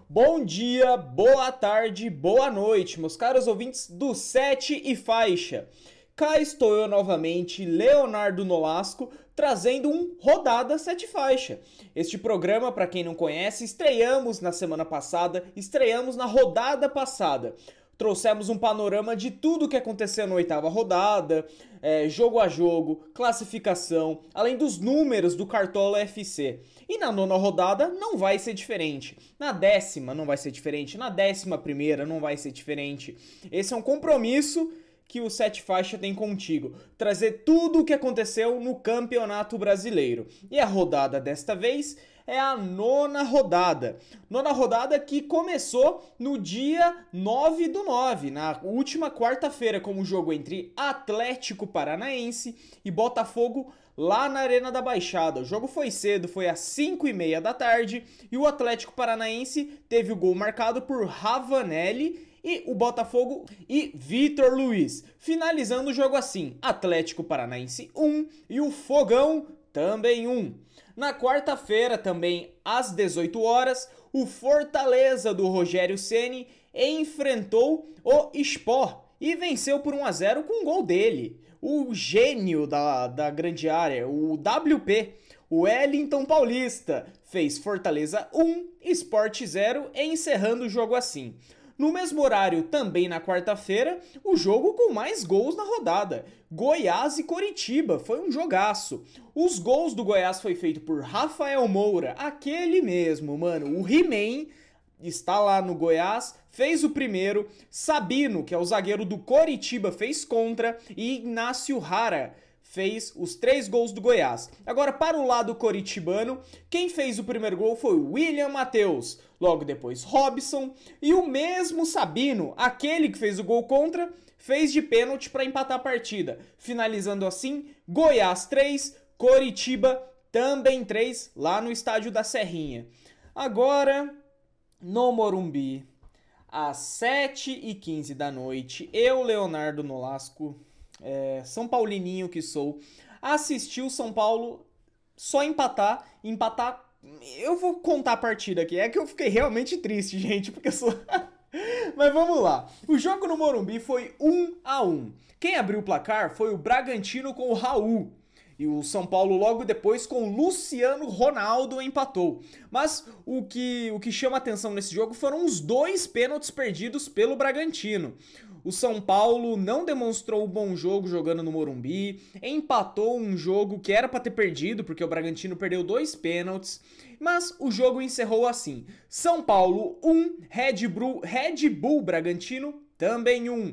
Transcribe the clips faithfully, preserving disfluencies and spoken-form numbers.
Bom dia, boa tarde, boa noite, meus caros ouvintes do Sete e Faixa. Cá estou eu novamente, Leonardo Nolasco, trazendo um Rodada Sete Faixa. Este programa, para quem não conhece, estreamos na semana passada, estreamos na rodada passada. Trouxemos um panorama de tudo o que aconteceu na oitava rodada, é, jogo a jogo, classificação, além dos números do Cartola F C. E na nona rodada não vai ser diferente. Na décima não vai ser diferente. Na décima primeira não vai ser diferente. Esse é um compromisso que o Sete Faixa tem contigo. Trazer tudo o que aconteceu no Campeonato Brasileiro. E a rodada desta vez é a nona rodada. Nona rodada que começou no dia nove do nove, na última quarta-feira, com o jogo entre Atlético Paranaense e Botafogo lá na Arena da Baixada. O jogo foi cedo, foi às cinco e meia da tarde e o Atlético Paranaense teve o gol marcado por Ravanelli e o Botafogo e Vitor Luiz. Finalizando o jogo assim, Atlético Paranaense um e o Fogão também um. Na quarta-feira, também às dezoito horas, o Fortaleza do Rogério Ceni enfrentou o Sport e venceu por um a zero com o gol dele. O gênio da, da grande área, o W P, o Wellington Paulista, fez Fortaleza um, Sport zero, encerrando o jogo assim. No mesmo horário, também na quarta-feira, o jogo com mais gols na rodada. Goiás e Coritiba, foi um jogaço. Os gols do Goiás foi feito por Rafael Moura, aquele mesmo, mano, o He-Man, está lá no Goiás, fez o primeiro. Sabino, que é o zagueiro do Coritiba, fez contra. E Ignacio Rara fez os três gols do Goiás. Agora, para o lado coritibano, quem fez o primeiro gol foi William Matheus. Logo depois, Robson. E o mesmo Sabino, aquele que fez o gol contra, fez de pênalti para empatar a partida. Finalizando assim, Goiás três, Coritiba também três, lá no estádio da Serrinha. Agora, no Morumbi, às sete e quinze da noite, eu, Leonardo Nolasco, é, São Paulininho que sou, assisti o São Paulo só empatar, empatar, eu vou contar a partida aqui, é que eu fiquei realmente triste, gente, porque eu sou... Mas vamos lá, o jogo no Morumbi foi um a um, quem abriu o placar foi o Bragantino com o Raul, e o São Paulo logo depois com o Luciano Ronaldo empatou. Mas o que, o que chama atenção nesse jogo foram os dois pênaltis perdidos pelo Bragantino. O São Paulo não demonstrou um bom jogo jogando no Morumbi, empatou um jogo que era para ter perdido, porque o Bragantino perdeu dois pênaltis, mas o jogo encerrou assim. São Paulo um, Red Bull, Red Bull Bragantino também um.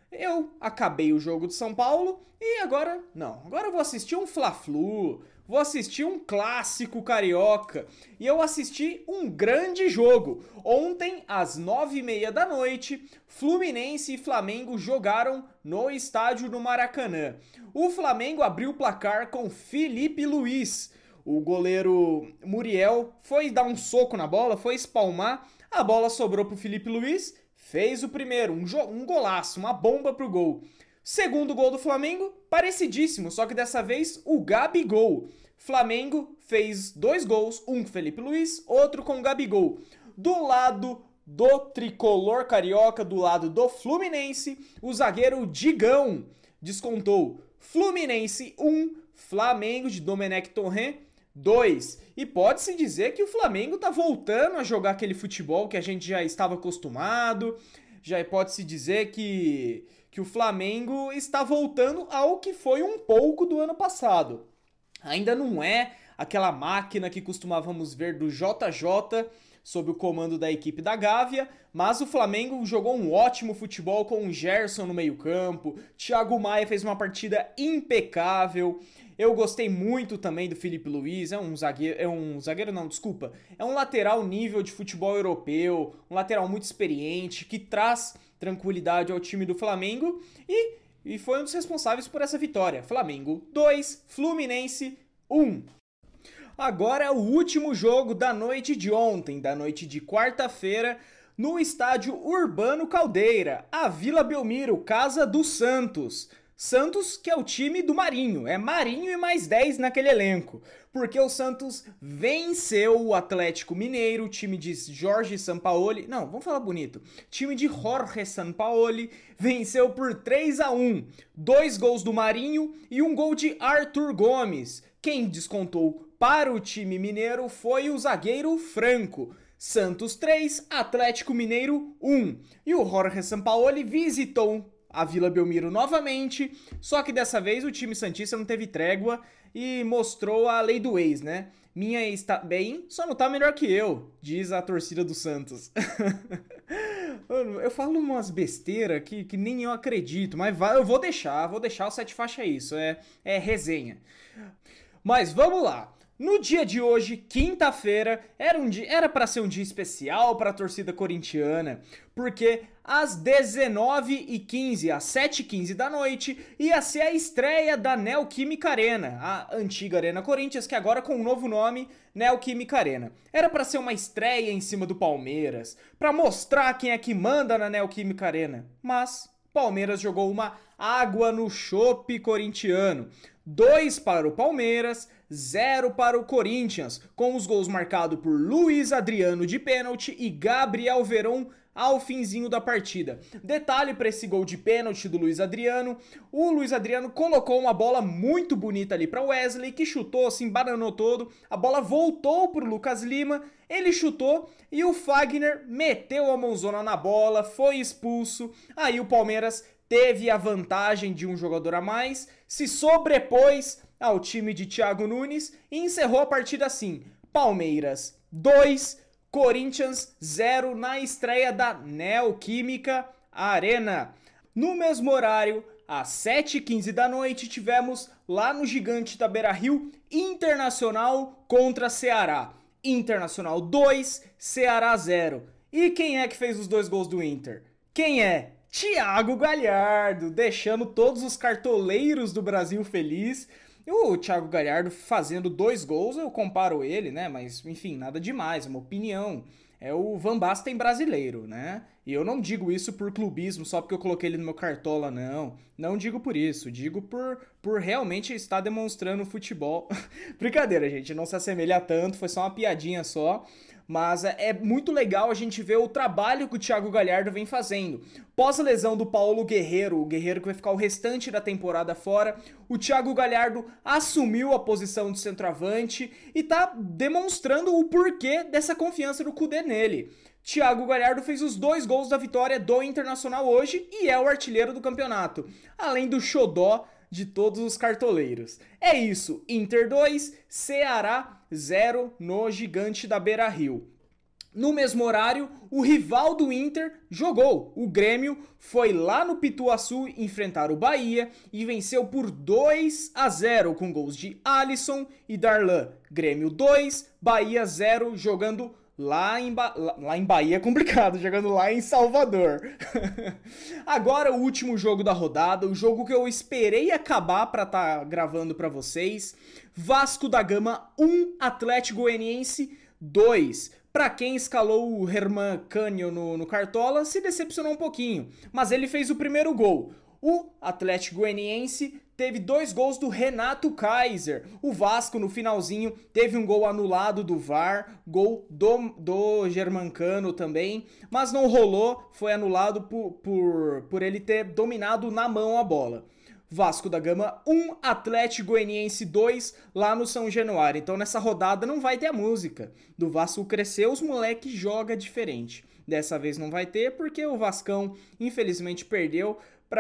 Eu acabei o jogo de São Paulo e agora, não, agora eu vou assistir um Fla-Flu, vou assistir um clássico carioca e eu assisti um grande jogo. Ontem, às nove e meia da noite, Fluminense e Flamengo jogaram no estádio do Maracanã. O Flamengo abriu o placar com Felipe Luiz. O goleiro Muriel foi dar um soco na bola, foi espalmar, a bola sobrou pro Felipe Luiz. Fez o primeiro, um, um golaço, uma bomba pro gol. Segundo gol do Flamengo, parecidíssimo, só que dessa vez o Gabigol. Flamengo fez dois gols, um com Felipe Luiz, outro com o Gabigol. Do lado do tricolor carioca, do lado do Fluminense, o zagueiro Digão descontou. Fluminense um, Flamengo de Domenech Torrent dois. E pode-se dizer que o Flamengo tá voltando a jogar aquele futebol que a gente já estava acostumado. Já pode-se dizer que, que o Flamengo está voltando ao que foi um pouco do ano passado. Ainda não é aquela máquina que costumávamos ver do J J sob o comando da equipe da Gávea, mas o Flamengo jogou um ótimo futebol com o Gerson no meio-campo, Thiago Maia fez uma partida impecável. Eu gostei muito também do Felipe Luiz, é um zagueiro, é um zagueiro não, desculpa, é um lateral nível de futebol europeu, um lateral muito experiente, que traz tranquilidade ao time do Flamengo e, e foi um dos responsáveis por essa vitória. Flamengo dois, Fluminense um. Agora é o último jogo da noite de ontem, da noite de quarta-feira, no estádio Urbano Caldeira, a Vila Belmiro, casa do Santos. Santos, que é o time do Marinho, é Marinho e mais dez naquele elenco, porque o Santos venceu o Atlético Mineiro, time de Jorge Sampaoli, não, vamos falar bonito, time de Jorge Sampaoli, venceu por três a um, dois gols do Marinho e um gol de Arthur Gomes. Quem descontou para o time mineiro foi o zagueiro Franco. Santos três, Atlético Mineiro um. E o Jorge Sampaoli visitou a Vila Belmiro novamente, só que dessa vez o time santista não teve trégua e mostrou a lei do ex, né? Minha ex tá bem, só não tá melhor que eu, diz a torcida do Santos. Eu falo umas besteiras que, que nem eu acredito, mas vai, eu vou deixar, vou deixar o Sete Faixa isso, é, é resenha. Mas vamos lá. No dia de hoje, quinta-feira, era um dia, era para ser um dia especial para a torcida corintiana, porque às dezenove e quinze, às sete e quinze da noite, ia ser a estreia da Neoquímica Arena, a antiga Arena Corinthians, que agora com um novo nome, Neoquímica Arena. Era para ser uma estreia em cima do Palmeiras, para mostrar quem é que manda na Neoquímica Arena, mas Palmeiras jogou uma água no chope corintiano. dois para o Palmeiras, zero para o Corinthians, com os gols marcados por Luiz Adriano de pênalti e Gabriel Veron ao finzinho da partida. Detalhe para esse gol de pênalti do Luiz Adriano, o Luiz Adriano colocou uma bola muito bonita ali para Wesley, que chutou, se embananou todo, a bola voltou para o Lucas Lima, ele chutou e o Fagner meteu a mãozona na bola, foi expulso, aí o Palmeiras teve a vantagem de um jogador a mais, se sobrepôs ao time de Thiago Nunes e encerrou a partida assim: Palmeiras dois, Corinthians zero na estreia da Neoquímica Arena. No mesmo horário, às sete e quinze da noite, tivemos lá no Gigante da Beira-Rio, Internacional contra Ceará. Internacional dois, Ceará zero. E quem é que fez os dois gols do Inter? Quem é? Thiago Galhardo, deixando todos os cartoleiros do Brasil feliz. O Thiago Galhardo fazendo dois gols, eu comparo ele, né? Mas, enfim, nada demais, é uma opinião. É o Van Basten brasileiro, né? E eu não digo isso por clubismo, só porque eu coloquei ele no meu cartola, não. Não digo por isso, digo por, por realmente estar demonstrando futebol. Brincadeira, gente, não se assemelha tanto, foi só uma piadinha só. Mas é muito legal a gente ver o trabalho que o Thiago Galhardo vem fazendo. Pós a lesão do Paulo Guerreiro, o Guerreiro que vai ficar o restante da temporada fora, o Thiago Galhardo assumiu a posição de centroavante e tá demonstrando o porquê dessa confiança do Kudê nele. Thiago Galhardo fez os dois gols da vitória do Internacional hoje e é o artilheiro do campeonato, além do xodó de todos os cartoleiros. É isso, Inter dois, Ceará zero no Gigante da Beira-Rio. No mesmo horário, o rival do Inter jogou. O Grêmio foi lá no Pituaçu enfrentar o Bahia e venceu por dois a zero com gols de Alisson e Darlan. Grêmio dois, Bahia zero, jogando Lá em, ba... lá em Bahia é complicado, jogando lá em Salvador. Agora o último jogo da rodada, o jogo que eu esperei acabar pra estar tá gravando pra vocês. Vasco da Gama um, Atlético Goianiense dois. Pra quem escalou o Herman Cânio no, no Cartola, se decepcionou um pouquinho, mas ele fez o primeiro gol. O Atlético Goianiense teve dois gols do Renato Kaiser. O Vasco, no finalzinho, teve um gol anulado do V A R, gol do, do Germancano também, mas não rolou, foi anulado por, por, por ele ter dominado na mão a bola. Vasco da Gama um, Atlético Goianiense dois, lá no São Januário. Então nessa rodada não vai ter a música. Do Vasco cresceu, os moleques jogam diferente. Dessa vez não vai ter, porque o Vascão infelizmente perdeu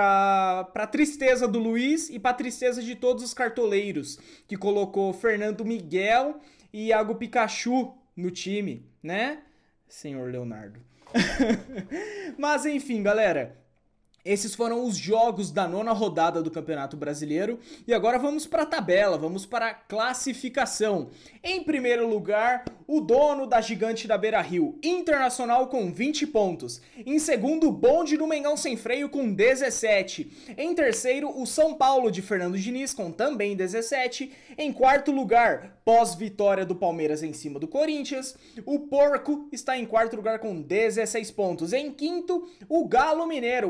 para para tristeza do Luiz e para tristeza de todos os cartoleiros, que colocou Fernando Miguel e Iago Pikachu no time, né, senhor Leonardo? Mas enfim, galera, esses foram os jogos da nona rodada do Campeonato Brasileiro e agora vamos para a tabela, vamos para a classificação. Em primeiro lugar, o dono da Gigante da Beira-Rio, Internacional com vinte pontos. Em segundo, Bonde do Mengão Sem Freio com dezessete. Em terceiro, o São Paulo de Fernando Diniz com também dezessete. Em quarto lugar, pós-vitória do Palmeiras em cima do Corinthians, o Porco está em quarto lugar com dezesseis pontos. Em quinto, o Galo Mineiro, o Atlético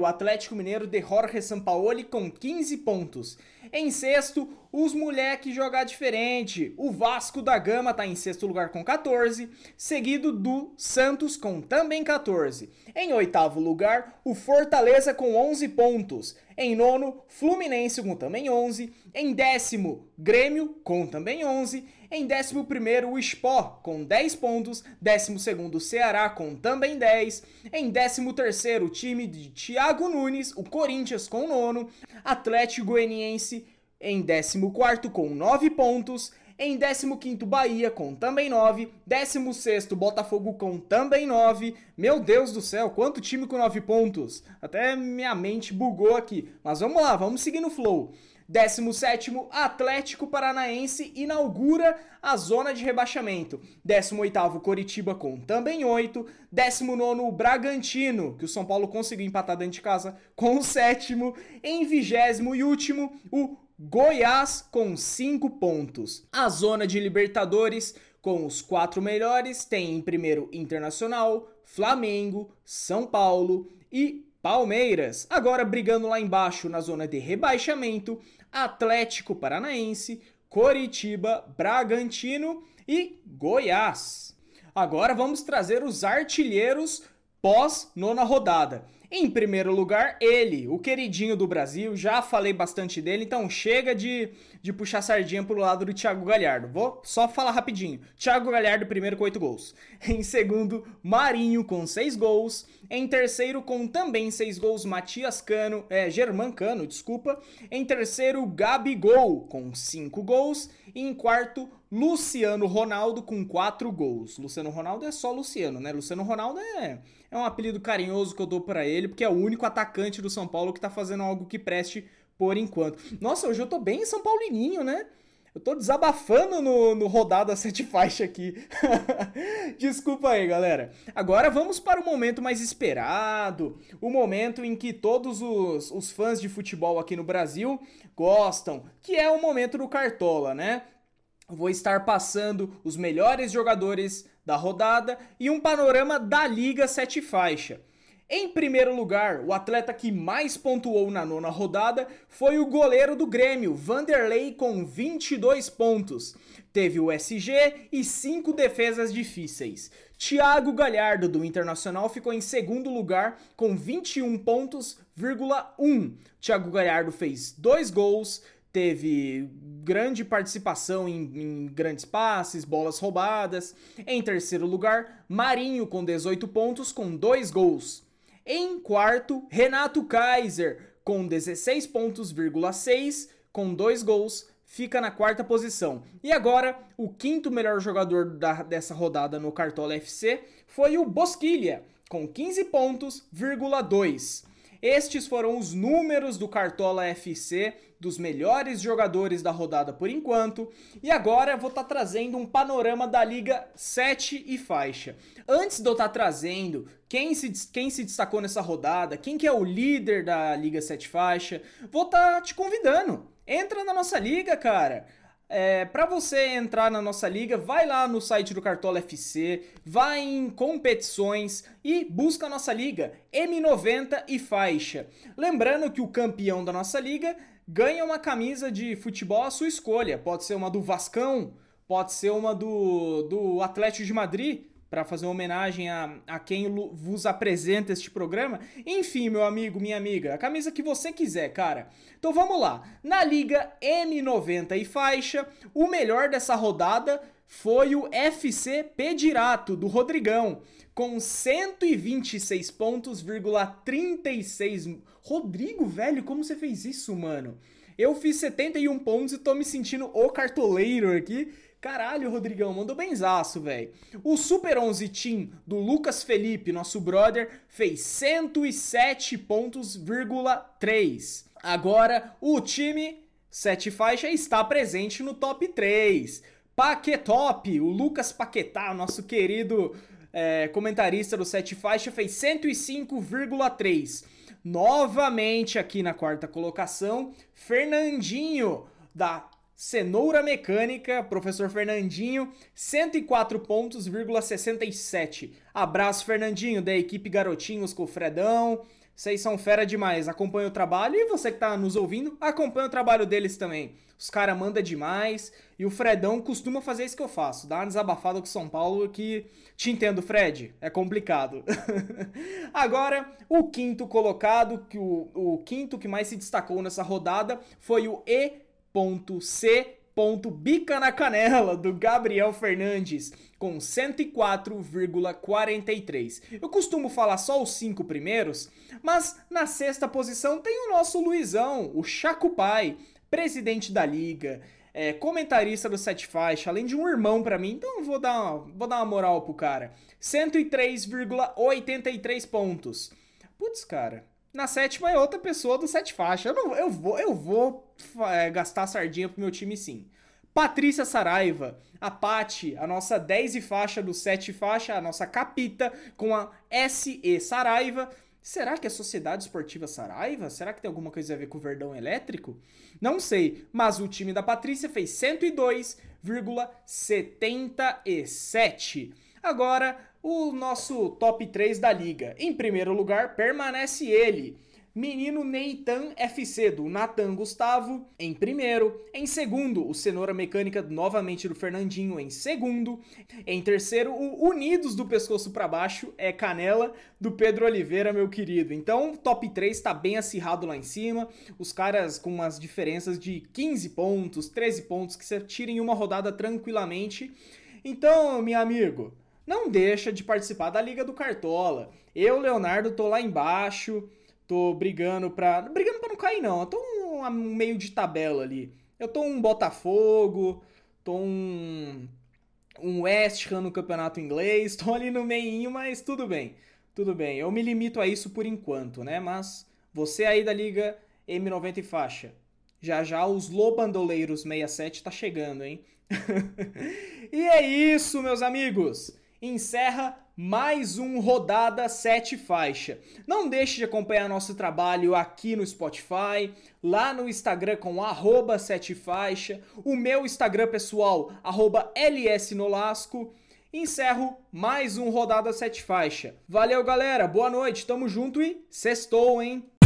Atlético Mineiro de Jorge Sampaoli com quinze pontos. Em sexto, os moleque jogar diferente. O Vasco da Gama tá em sexto lugar com quatorze, seguido do Santos com também quatorze. Em oitavo lugar, o Fortaleza com onze pontos. Em nono, Fluminense com também onze. Em décimo, Grêmio com também onze. Em décimo primeiro, o Sport com dez pontos. Décimo segundo, Ceará com também dez. Em décimo terceiro, o time de Thiago Nunes, o Corinthians com nono. Atlético Goianiense em décimo quarto com nove pontos. Em décimo quinto, Bahia com também nove. décimo sexto, Botafogo com também nove. Meu Deus do céu, quanto time com nove pontos. Até minha mente bugou aqui. Mas vamos lá, vamos seguir no flow. décimo sétimo, Atlético Paranaense inaugura a zona de rebaixamento. décimo oitavo, Coritiba com também oito. décimo nono, Bragantino, que o São Paulo conseguiu empatar dentro de casa, com o sétimo. Em vigésimo e último, o Goiás com cinco pontos. A zona de Libertadores, com os quatro melhores, tem em primeiro Internacional, Flamengo, São Paulo e Palmeiras. Agora brigando lá embaixo na zona de rebaixamento, Atlético Paranaense, Coritiba, Bragantino e Goiás. Agora vamos trazer os artilheiros pós nona rodada. Em primeiro lugar, ele, o queridinho do Brasil, já falei bastante dele, então chega de, de puxar sardinha pro lado do Thiago Galhardo. Vou só falar rapidinho. Thiago Galhardo primeiro com oito gols. Em segundo, Marinho com seis gols. Em terceiro, com também seis gols, Matias Cano, é, Germán Cano, desculpa. Em terceiro, Gabigol com cinco gols. E em quarto, Luciano Ronaldo com quatro gols. Luciano Ronaldo é só Luciano, né? Luciano Ronaldo é, é um apelido carinhoso que eu dou pra ele, porque é o único atacante do São Paulo que tá fazendo algo que preste por enquanto. Nossa, hoje eu tô bem São Paulininho, né? Eu tô desabafando no, no rodada sete faixa aqui. Desculpa aí, galera. Agora vamos para o momento mais esperado. O momento em que todos os, os fãs de futebol aqui no Brasil gostam, que é o momento do Cartola, né? Vou estar passando os melhores jogadores da rodada e um panorama da Liga sete faixa. Em primeiro lugar, o atleta que mais pontuou na nona rodada foi o goleiro do Grêmio, Vanderlei, com vinte e dois pontos. Teve o S G e cinco defesas difíceis. Thiago Galhardo, do Internacional, ficou em segundo lugar com vinte e um pontos, vírgula um. Thiago Galhardo fez dois gols, teve grande participação em, em grandes passes, bolas roubadas. Em terceiro lugar, Marinho com dezoito pontos com dois gols. Em quarto, Renato Kaiser com dezesseis pontos, vírgula seis, com dois gols, fica na quarta posição. E agora, o quinto melhor jogador da, dessa rodada no Cartola F C foi o Bosquilha, com quinze pontos, vírgula dois. Estes foram os números do Cartola F C, dos melhores jogadores da rodada por enquanto. E agora eu vou estar tá trazendo um panorama da Liga sete e faixa. Antes de eu estar tá trazendo quem se, quem se destacou nessa rodada, quem que é o líder da Liga sete faixa, vou estar tá te convidando. Entra na nossa liga, cara. É, para você entrar na nossa liga, vai lá no site do Cartola F C, vai em competições e busca a nossa liga, M noventa e faixa. Lembrando que o campeão da nossa liga ganha uma camisa de futebol à sua escolha. Pode ser uma do Vascão, pode ser uma do, do Atlético de Madrid, para fazer uma homenagem a, a quem vos apresenta este programa. Enfim, meu amigo, minha amiga, a camisa que você quiser, cara. Então vamos lá. Na Liga M noventa e faixa, o melhor dessa rodada foi o F C Pedirato, do Rodrigão, com cento e vinte e seis pontos, vírgula trinta e seis. Rodrigo, velho, como você fez isso, mano? Eu fiz setenta e um pontos e tô me sentindo o cartoleiro aqui. Caralho, Rodrigão, mandou benzaço, velho. O Super onze Team do Lucas Felipe, nosso brother, fez cento e sete pontos, vírgula três. Agora, o time sete faixa está presente no top três. Paquetop, o Lucas Paquetá, nosso querido é, comentarista do sete faixa, fez cento e cinco, vírgula três. Novamente aqui na quarta colocação, Fernandinho, da Cenoura Mecânica, professor Fernandinho, cento e quatro pontos, vírgula sessenta e sete. Abraço, Fernandinho, da equipe Garotinhos com o Fredão. Vocês são fera demais, acompanha o trabalho e você que tá nos ouvindo, acompanha o trabalho deles também. Os caras mandam demais e o Fredão costuma fazer isso que eu faço, dar uma desabafada com o São Paulo que... Te entendo, Fred, é complicado. Agora, o quinto colocado, que o, o quinto que mais se destacou nessa rodada foi o E.C. Bica na canela, do Gabriel Fernandes, com cento e quatro vírgula quarenta e três. Eu costumo falar só os cinco primeiros, mas na sexta posição tem o nosso Luizão, o Chaco Pai, presidente da liga, é, comentarista do Sete Faixa, além de um irmão pra mim, então eu vou dar uma, vou dar uma moral pro cara. cento e três vírgula oitenta e três pontos. Putz, cara, na sétima é outra pessoa do Sete Faixa. Eu, não, eu vou, eu vou é, gastar sardinha pro meu time sim. Patrícia Saraiva, a Pati, a nossa dez e faixa do Sete Faixa, a nossa capita com a S E Saraiva. Será que é Sociedade Esportiva Saraiva? Será que tem alguma coisa a ver com o Verdão Elétrico? Não sei, mas o time da Patrícia fez cento e dois vírgula setenta e sete. Agora, o nosso top três da liga. Em primeiro lugar, permanece ele, Menino Neitan F C, do Nathan Gustavo, em primeiro. Em segundo, o Cenoura Mecânica, novamente do Fernandinho, em segundo. Em terceiro, o Unidos do Pescoço pra Baixo, é Canela, do Pedro Oliveira, meu querido. Então, o top três tá bem acirrado lá em cima. Os caras com umas diferenças de quinze pontos, treze pontos, que você tira em uma rodada tranquilamente. Então, meu amigo, não deixa de participar da Liga do Cartola. Eu, Leonardo, tô lá embaixo... Tô brigando pra... Brigando pra não cair, não. Eu tô um, um meio de tabela ali. Eu tô um Botafogo, tô um... Um West Ham no campeonato inglês. Tô ali no meinho, mas tudo bem. Tudo bem. Eu me limito a isso por enquanto, né? Mas você aí da Liga M noventa e faixa. Já já os Lobandoleiros sessenta e sete tá chegando, hein? E é isso, meus amigos. Encerra mais um Rodada Sete Faixa. Não deixe de acompanhar nosso trabalho aqui no Spotify, lá no Instagram com arroba Sete Faixa, o meu Instagram pessoal, arroba lsnolasco. Encerro mais um Rodada Sete Faixa. Valeu, galera, boa noite, tamo junto e sextou, hein?